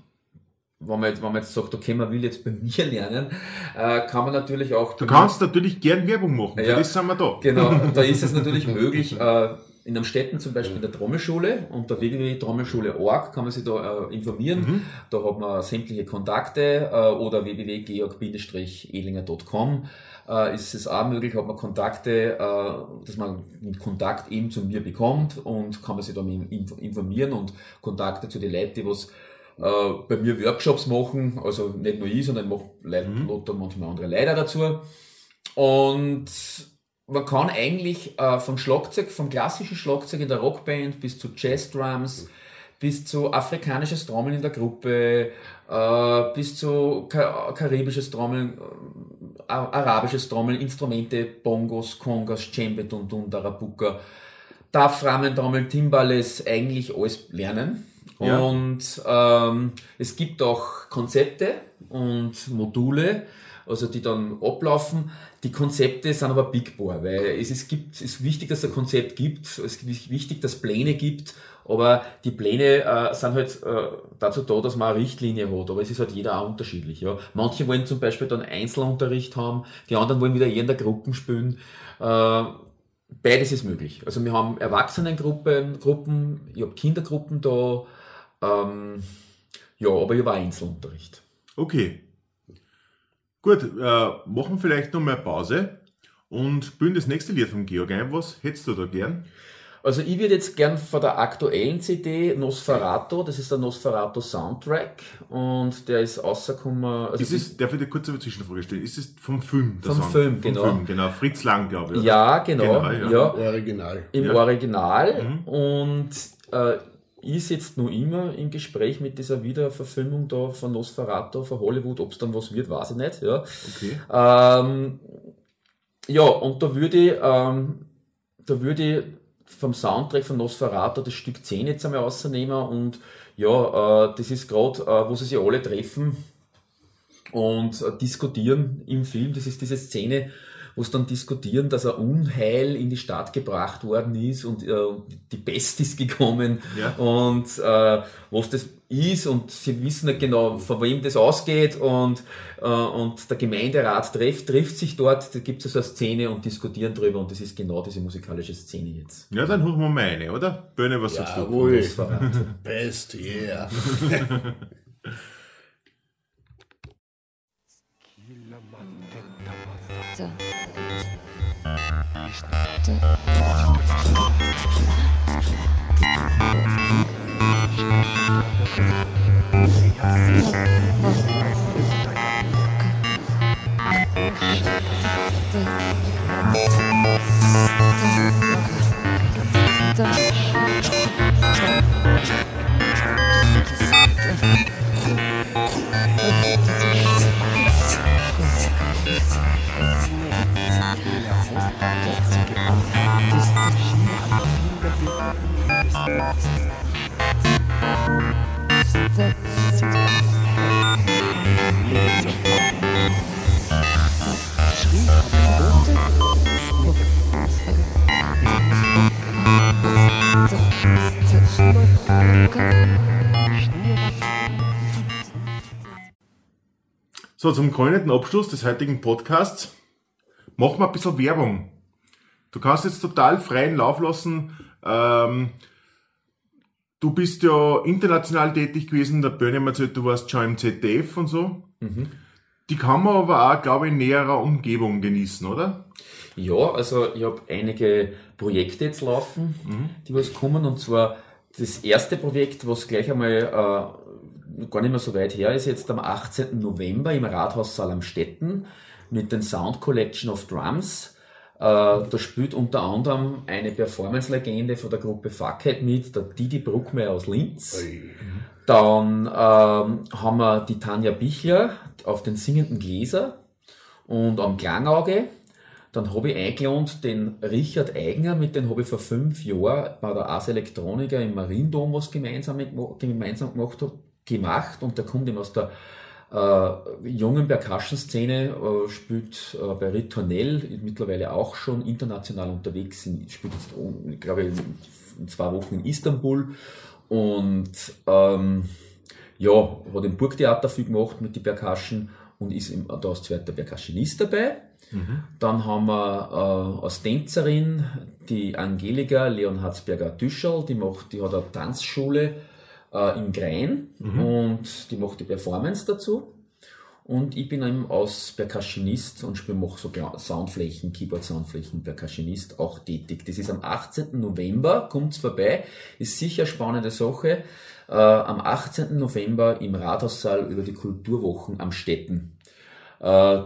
man jetzt, wenn man jetzt sagt, okay, man will jetzt bei mir lernen, äh, kann man natürlich auch... Du kannst natürlich gern Werbung machen, für ja, das sind wir da. Genau, da ist es natürlich möglich, äh, in Amstetten zum Beispiel in der Trommelschule, unter w w w punkt trommelschule punkt org kann man sich da äh, informieren. Mhm. Da hat man sämtliche Kontakte äh, oder w w w punkt georg ehlinger punkt com äh, ist es auch möglich, hat man Kontakte, äh, dass man einen Kontakt eben zu mir bekommt und kann man sich dann informieren und Kontakte zu den Leuten, die was äh, bei mir Workshops machen, also nicht nur ich, sondern mache Leute, mhm. manchmal andere Leute dazu. Und man kann eigentlich äh, vom Schlagzeug, vom klassischen Schlagzeug in der Rockband bis zu Jazzdrums, bis zu afrikanisches Trommeln in der Gruppe, äh, bis zu ka- karibisches Trommeln, äh, arabisches Trommeln, Instrumente, Bongos, Congas, Djembet und und Arabuka, Taframen-Trommeln, Timbales, eigentlich alles lernen. Ja. Und ähm, es gibt auch Konzepte und Module, also die dann ablaufen. Die Konzepte sind aber Big Bore, weil es ist, gibt, es ist wichtig, dass es ein Konzept gibt, es ist wichtig, dass es Pläne gibt, aber die Pläne äh, sind halt äh, dazu da, dass man eine Richtlinie hat, aber es ist halt jeder auch unterschiedlich. Ja. Manche wollen zum Beispiel dann Einzelunterricht haben, die anderen wollen wieder eher in der Gruppe spielen. Äh, beides ist möglich. Also wir haben Erwachsenengruppen, Gruppen, ich habe Kindergruppen da, ähm, ja, aber ich habe auch Einzelunterricht. Okay. Gut, äh, machen vielleicht noch mal Pause und spielen das nächste Lied von Georg ein. Was hättest du da gern? Also ich würde jetzt gern von der aktuellen C D Nosferatu, das ist der Nosferatu Soundtrack und der ist rausgekommen... Also ist es, darf ich dir kurz eine Zwischenfrage stellen, ist es vom Film? Vom Sound? Film, genau. Vom Film, genau. Fritz Lang, glaube ich. Oder? Ja, genau. genau ja. ja. Im Original. Im ja. Original mhm. und äh, ist jetzt noch immer im Gespräch mit dieser Wiederverfilmung da von Nosferatu von Hollywood, ob es dann was wird, weiß ich nicht. Ja, okay. ähm, ja und da würde ich, ähm, da würde ich vom Soundtrack von Nosferatu das Stück zehn jetzt einmal rausnehmen und ja, äh, das ist gerade, äh, wo sie sich alle treffen und äh, diskutieren im Film. Das ist diese Szene, wo es dann diskutieren, dass ein Unheil in die Stadt gebracht worden ist und äh, die Pest ist gekommen Ja. und äh, was das ist und sie wissen nicht genau, von wem das ausgeht und, äh, und der Gemeinderat trifft, trifft sich dort, da gibt es so eine Szene und diskutieren drüber und das ist genau diese musikalische Szene jetzt. Ja, dann holen wir mal eine, oder? Böhne, was sagst du? Jawohl. Das verraten. Best, yeah. Da. So, zum krönenden Abschluss des heutigen Podcasts machen wir ein bisschen Werbung. Du kannst jetzt total freien Lauf lassen. Ähm, du bist ja international tätig gewesen, der Böhne hat mir erzählt, du warst schon im Z D F und so. Mhm. Die kann man aber auch, glaube ich, in näherer Umgebung genießen, oder? Ja, also ich habe einige Projekte jetzt laufen, Mhm. die was kommen, und zwar das erste Projekt, was gleich einmal äh, gar nicht mehr so weit her ist, jetzt am achtzehnten November im Rathaussaal am Stetten mit den Sound Collection of Drums. Äh, da spielt unter anderem eine Performance-Legende von der Gruppe Fuckhead mit, der Didi Bruckmeier aus Linz. Ui. Dann ähm, haben wir die Tanja Bichler auf den singenden Gläser und am Klangauge. Dann habe ich eingeladen den Richard Eigner, mit dem habe ich vor fünf Jahren bei der Ars Electronica im Mariendom was gemeinsam, mit, gemeinsam gemacht, hab, gemacht und der kommt eben aus der äh, jungen Percussion-Szene, äh, spielt äh, bei Ritornell, ist mittlerweile auch schon international unterwegs, in, spielt jetzt, ich glaube, in zwei Wochen in Istanbul und ähm, ja, hat im Burgtheater viel gemacht mit die Percussion und ist im, da als zweiter Percussionist dabei. Mhm. Dann haben wir äh, als Tänzerin die Angelika Leonhardsberger-Düscherl, die macht, die hat eine Tanzschule äh, im Grein mhm. und die macht die Performance dazu. Und ich bin eben als Percussionist und spiele mache so Soundflächen, Keyboard-Soundflächen, Percussionist auch tätig. Das ist am achtzehnten November, kommt's vorbei, ist sicher eine spannende Sache. Äh, am achtzehnten November im Rathaussaal über die Kulturwochen am Stetten. Äh,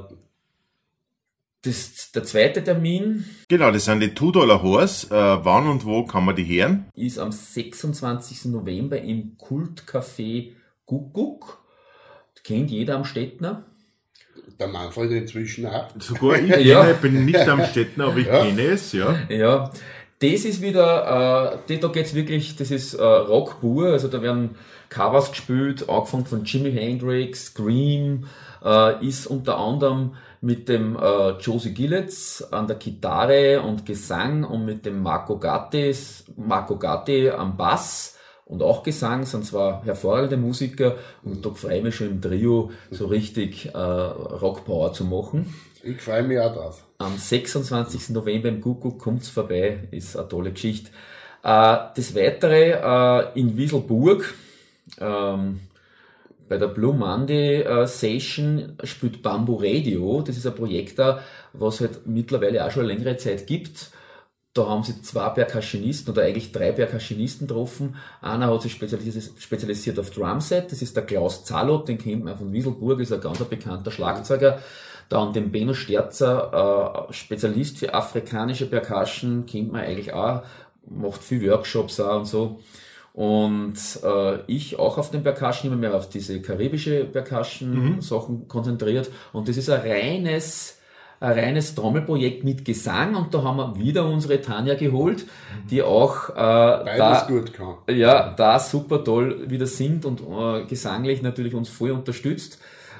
Das, der zweite Termin Genau, das sind die zwei Dollar Horse. Äh, wann und wo kann man die hören? ist am sechsundzwanzigsten November im Kultcafé Guckguck. Kennt jeder am Stettner. Der Manfred inzwischen auch. Sogar ich Ja. kenne, bin nicht am Stettner, aber ich Ja. kenne es, ja. Ja, das ist wieder, äh, da geht's wirklich, das ist äh, Rock pur, also da werden Covers gespielt, angefangen von Jimi Hendrix, Scream, äh, ist unter anderem mit dem äh, Josie Gillets an der Gitarre und Gesang und mit dem Marco Gatti, Marco Gatti am Bass und auch Gesang, sind zwar hervorragende Musiker und da freue ich mich schon im Trio so richtig äh, Rockpower zu machen. Ich freue mich auch drauf. Am sechsundzwanzigsten November im Kuckuck kommt's vorbei, ist eine tolle Geschichte. Äh, das Weitere äh, in Wieselburg, ähm, bei der Blue Monday äh, Session spielt Bamboo Radio. Das ist ein Projekt da, was halt mittlerweile auch schon eine längere Zeit gibt. Da haben sie zwei Percussionisten oder eigentlich drei Percussionisten getroffen. Einer hat sich spezialisiert, spezialisiert auf Drumset, das ist der Klaus Zalot, den kennt man von Wieselburg, ist ein ganz bekannter Schlagzeuger. Dann den Benno Sterzer, äh, Spezialist für afrikanische Percussion, kennt man eigentlich auch, macht viel Workshops auch und so. Und äh, ich auch auf den Percussion, immer mehr auf diese karibische Percussion-Sachen mhm. konzentriert. Und das ist ein reines, ein reines Trommelprojekt mit Gesang. Und da haben wir wieder unsere Tanja geholt, die auch äh, Beides da, gut kann. ja, da super toll wieder singt und äh, gesanglich natürlich uns voll unterstützt.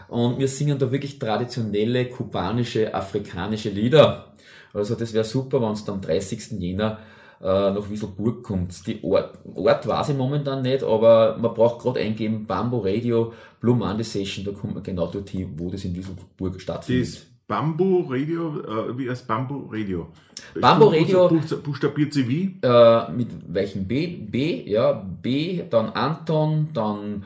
und wir singen da wirklich traditionelle kubanische, afrikanische Lieder. Also das wäre super, wenn es am dreißigsten Jänner äh, nach Wieselburg kommt. Die Ort, Ort weiß ich momentan nicht, aber man braucht gerade eingeben, Bamboo Radio, Blue Monday Session, da kommt man genau dorthin, wo das in Wieselburg stattfindet. Das Bamboo Radio, äh, wie heißt Bamboo Radio? Bamboo Radio, Buch- buchstabiert sie wie? Äh, mit welchem B? B, ja, B, dann Anton, dann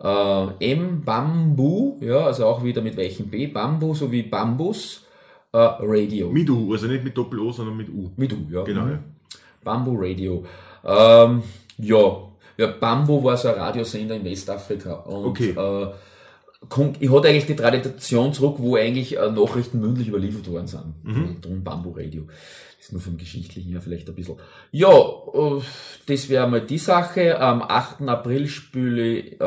äh, M, Bambu, ja, also auch wieder mit welchem B, Bambu sowie Bambus, äh, Radio. Mit U, also nicht mit Doppel-O, sondern mit U. Mit U, ja. Genau, Mhm. ja. Bambu Radio. Ähm, ja. ja, Bambu war so ein Radiosender in Westafrika. Und, Okay. äh, kommt, ich hatte eigentlich die Tradition zurück, wo eigentlich äh, Nachrichten mündlich überliefert worden sind. Mhm. Darum Bambu Radio. Das ist nur vom Geschichtlichen her vielleicht ein bisschen. Ja, äh, das wäre mal die Sache. Am achten April spiele ich, äh,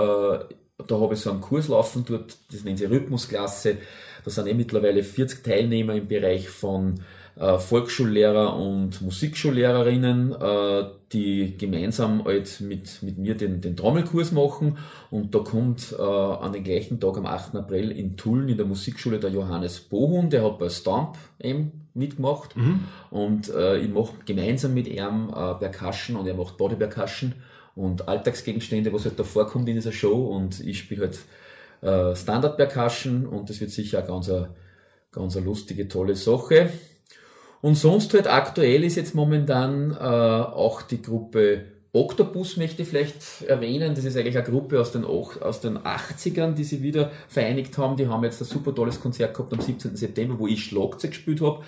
da habe ich so einen Kurs laufen dort, das nennt sich Rhythmusklasse. Da sind eh mittlerweile vierzig Teilnehmer im Bereich von äh, Volksschullehrer und Musikschullehrerinnen, äh, die gemeinsam halt mit, mit mir den, den Trommelkurs machen. Und da kommt äh, an den gleichen Tag am achten April in Tulln in der Musikschule der Johannes Bohun, der hat bei Stomp eben mitgemacht. Mhm. Und äh, ich mache gemeinsam mit ihm äh, Percussion und er macht Body Percussion und Alltagsgegenstände, was halt da vorkommt in dieser Show. Und ich spiele halt äh, Standard Percussion und das wird sicher eine ganz, eine, ganz eine lustige, tolle Sache. Und sonst halt aktuell ist jetzt momentan äh, auch die Gruppe Octopus, möchte ich vielleicht erwähnen. Das ist eigentlich eine Gruppe aus den, aus den achtzigern, die sie wieder vereinigt haben. Die haben jetzt ein super tolles Konzert gehabt am siebzehnten September, wo ich Schlagzeug gespielt habe.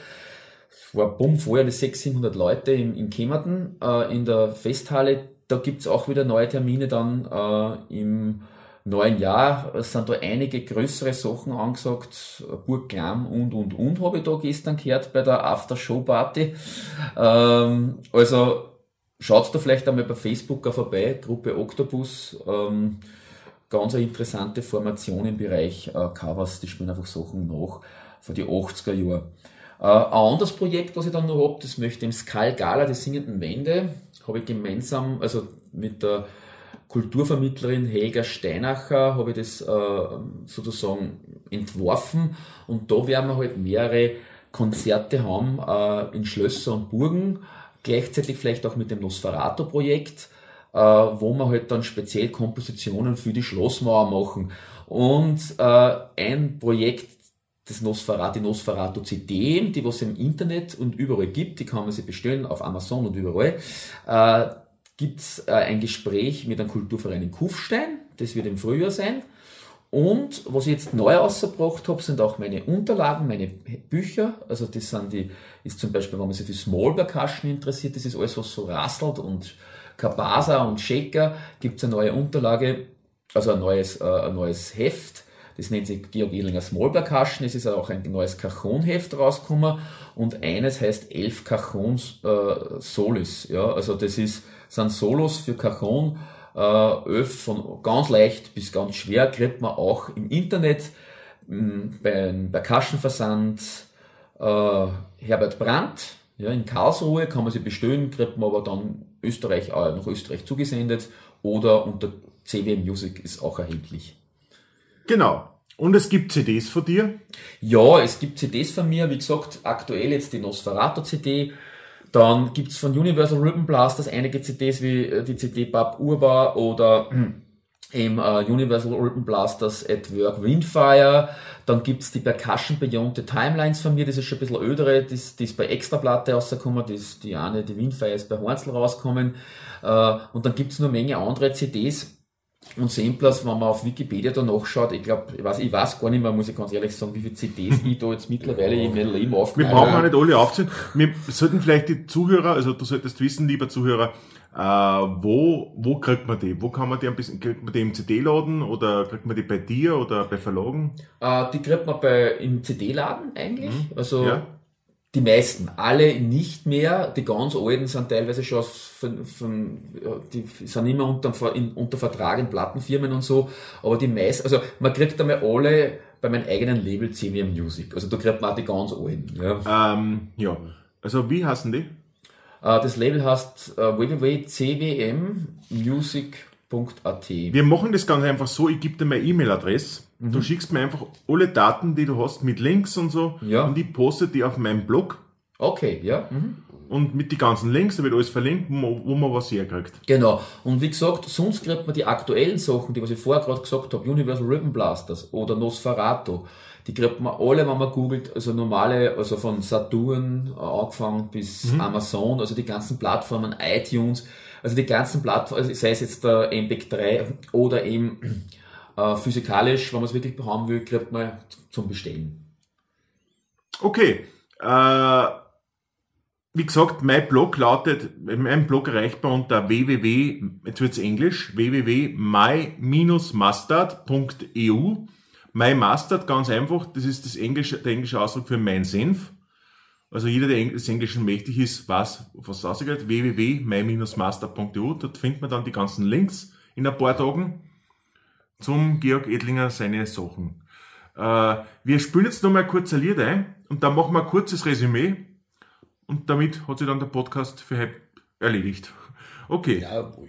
Es war bumm, vorher die sechshundert, siebenhundert Leute in, in Kemmerten äh, in der Festhalle. Da gibt's auch wieder neue Termine dann äh, im neuen Jahr. Es sind da einige größere Sachen angesagt, Burg Klamm und, und, und, habe ich da gestern gehört bei der After-Show-Party. Ähm, also, schaut da vielleicht einmal bei Facebook vorbei, Gruppe Octopus, ähm, ganz eine interessante Formation im Bereich äh, Covers, die spielen einfach Sachen nach von die achtziger Jahren. Äh, ein anderes Projekt, was ich dann noch habe, das möchte im Skull Gala, die singenden Wände, habe ich gemeinsam, also mit der Kulturvermittlerin Helga Steinacher habe ich das äh, sozusagen entworfen und da werden wir halt mehrere Konzerte haben äh, in Schlösser und Burgen, gleichzeitig vielleicht auch mit dem Nosferatu-Projekt, äh, wo wir halt dann speziell Kompositionen für die Schlossmauer machen. Und äh, ein Projekt, das Nosferatu, die Nosferatu C D, die was es im Internet und überall gibt, die kann man sich bestellen auf Amazon und überall, äh, gibt's äh, ein Gespräch mit einem Kulturverein in Kufstein, das wird im Frühjahr sein. Und was ich jetzt neu rausgebracht habe, sind auch meine Unterlagen, meine Bücher. Also das sind die, ist zum Beispiel, wenn man sich für Small Percussion interessiert, das ist alles, was so rasselt und Kabasa und Shaker, gibt's eine neue Unterlage, also ein neues, äh, ein neues Heft. Das nennt sich Georg Edlinger Small Percussion. Es ist auch ein neues Cajon-Heft rausgekommen und eines heißt elf Cajons äh, Solis. Ja, also das ist, sind Solos für Cajon, äh, elf von ganz leicht bis ganz schwer, kriegt man auch im Internet mh, beim Percussion-Versand äh, Herbert Brandt. Ja, in Karlsruhe kann man sie bestellen, kriegt man aber dann Österreich, äh, nach Österreich zugesendet oder unter C W Music ist auch erhältlich. Genau. Und es gibt C Ds von dir? Ja, es gibt C Ds von mir. Wie gesagt, aktuell jetzt die Nosferatu C D. Dann gibt's von Universal Rhythm Blasters einige C Ds wie die C D Bab Urba oder eben uh, Universal Rhythm Blasters at Work Windfire. Dann gibt's die Percussion Beyond the Timelines von mir. Das ist schon ein bisschen ödere. Das, die ist bei Extraplatte rausgekommen. Das, die eine, die Windfire, ist bei Hornsl rausgekommen. Uh, und dann gibt's nur eine Menge andere C Ds. Und Samplers, wenn man auf Wikipedia da nachschaut, ich glaube, ich weiß, ich weiß gar nicht mehr, muss ich ganz ehrlich sagen, wie viele C Ds ich da jetzt mittlerweile in meinem Leben Wir aufgenommen brauchen auch habe. nicht alle aufzählen. Wir sollten vielleicht die Zuhörer, also du solltest wissen, lieber Zuhörer, äh, wo, wo kriegt man die? Wo kann man die ein bisschen, kriegt man die im C D-Laden oder kriegt man die bei dir oder bei Verlagen? Äh, die kriegt man bei, im C D-Laden eigentlich, Mhm. also Ja. die meisten, alle nicht mehr, die ganz alten sind teilweise schon von, von, ja, die sind immer unter, in, unter Vertrag in Plattenfirmen und so, aber die meisten, also man kriegt einmal alle bei meinem eigenen Label C W M Music, also da kriegt man auch die ganz alten. Ja. Ähm, ja. Also wie heißen die? Äh, das Label heißt äh, w w w punkt c w m music punkt a t. Wir machen das ganz einfach so, ich gebe dir meine E-Mail-Adresse Mhm. Du schickst mir einfach alle Daten, die du hast, mit Links und so, Ja. und ich poste die auf meinem Blog. Okay, ja. Mhm. Und mit den ganzen Links, da wird alles verlinkt, wo, wo man was herkriegt. Genau. Und wie gesagt, sonst kriegt man die aktuellen Sachen, die was ich vorher gerade gesagt habe, Universal Rhythm Blasters oder Nosferatu, die kriegt man alle, wenn man googelt, also normale, also von Saturn äh, angefangen bis mhm. Amazon, also die ganzen Plattformen, iTunes, also die ganzen Plattformen, also sei es jetzt der M P drei oder eben äh, physikalisch, wenn man es wirklich haben will, kriegt man zum Bestellen. Okay. Äh, wie gesagt, mein Blog lautet, mein Blog erreichbar unter www, jetzt wird's Englisch, www punkt my dash mustard punkt e u. My Mustard, ganz einfach, das ist das englische, der englische Ausdruck für mein Senf. Also jeder, der des Englischen mächtig ist, weiß, was es ausgeht. www punkt my dash mustard punkt e u. Dort findet man dann die ganzen Links in ein paar Tagen zum Georg Edlinger seine Sachen. Äh, wir spielen jetzt noch mal kurz ein Lied ein und dann machen wir ein kurzes Resümee und damit hat sich dann der Podcast für heute erledigt. Okay. Jawohl.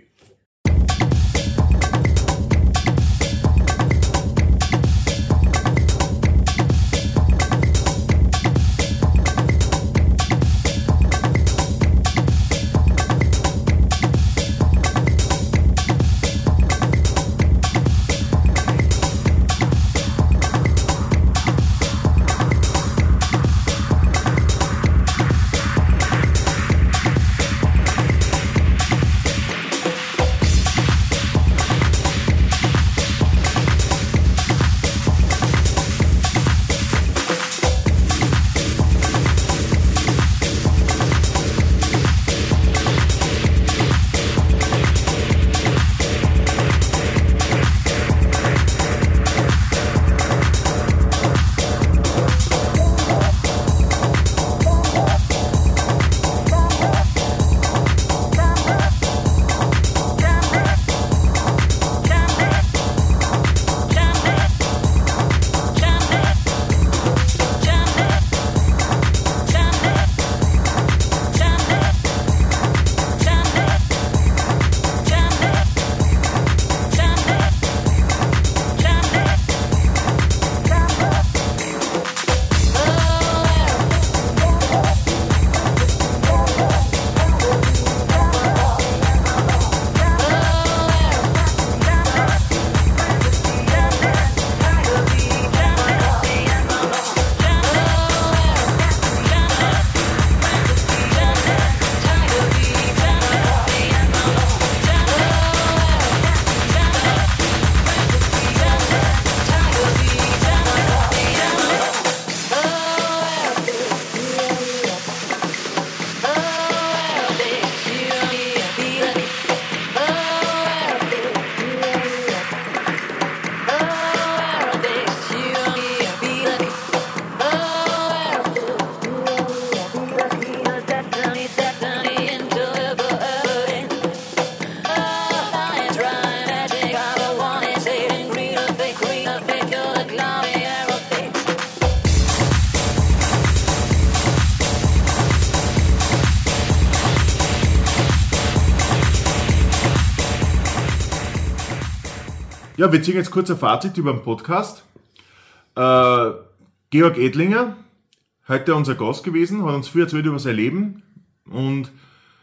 Ja, wir ziehen jetzt kurz ein Fazit über den Podcast. Äh, Georg Edlinger, heute unser Gast gewesen, hat uns viel erzählt über sein Leben. Und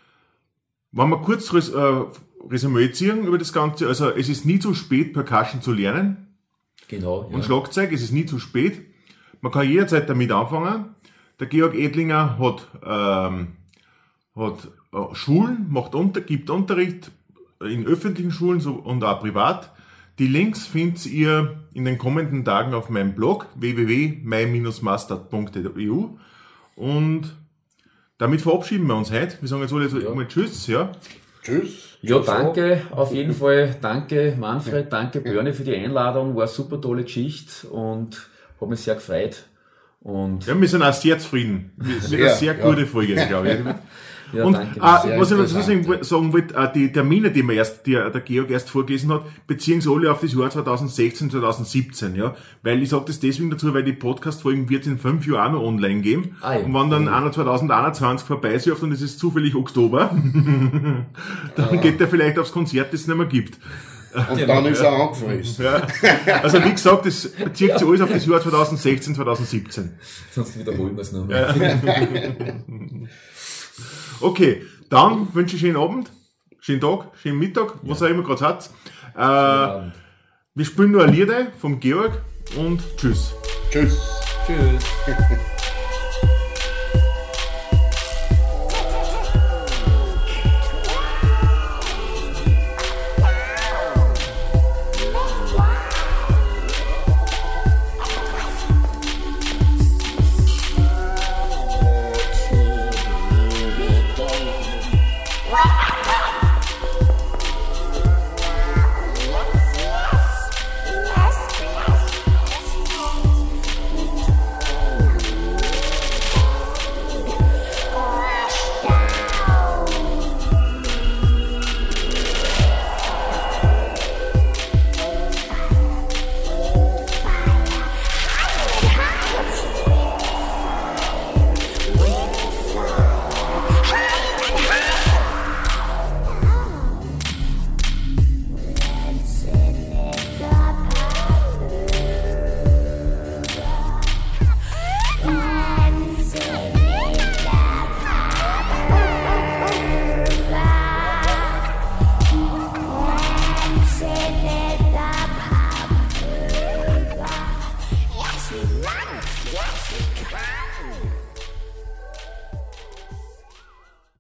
wenn wir kurz res, äh, Resümee ziehen über das Ganze, also es ist nie zu spät, Percussion zu lernen. Genau. Und Ja. Schlagzeug, es ist nie zu spät. Man kann jederzeit damit anfangen. Der Georg Edlinger hat, ähm, hat äh, Schulen, macht unter, gibt Unterricht in öffentlichen Schulen so, und auch privat. Die Links findet ihr in den kommenden Tagen auf meinem Blog www punkt my dash mustard punkt e u. Und damit verabschieden wir uns heute. Wir sagen jetzt alle Ja. mal Tschüss. Ja. Tschüss. Ja, Tschüss. danke, auf jeden Fall. Danke Manfred, danke Björn für die Einladung. War eine super tolle Geschichte und hat mich sehr gefreut. Und Ja, wir sind auch sehr zufrieden. Es wird Sehr, eine sehr ja. gute Folge, glaube ich. ja, Und danke. ah, sehr was ich noch dazu interessant, sagen, sagen wollte, äh, die Termine, die, wir erst, die der Georg erst vorgelesen hat, beziehen sich alle auf das Jahr zwanzig sechzehn, zwanzig siebzehn. Ja? Weil ich sage das deswegen dazu, weil die Podcast-Folgen wird es in fünf Jahren auch noch online geben. Ah, ja. Und wenn dann einer zwanzig einundzwanzig vorbeisurft und es ist zufällig Oktober, dann geht er vielleicht aufs Konzert, das es nicht mehr gibt. Und dann ist er angefressen. Ja. Also wie gesagt, das bezieht sich alles auf das Jahr zwanzig sechzehn, zwanzig siebzehn. Sonst wiederholen wir es noch. Ja. Okay, dann wünsche ich schönen Abend, schönen Tag, schönen Mittag, was auch immer gerade hat. Äh, wir spielen nur ein Lied vom Georg und tschüss. Tschüss. Tschüss. Wow.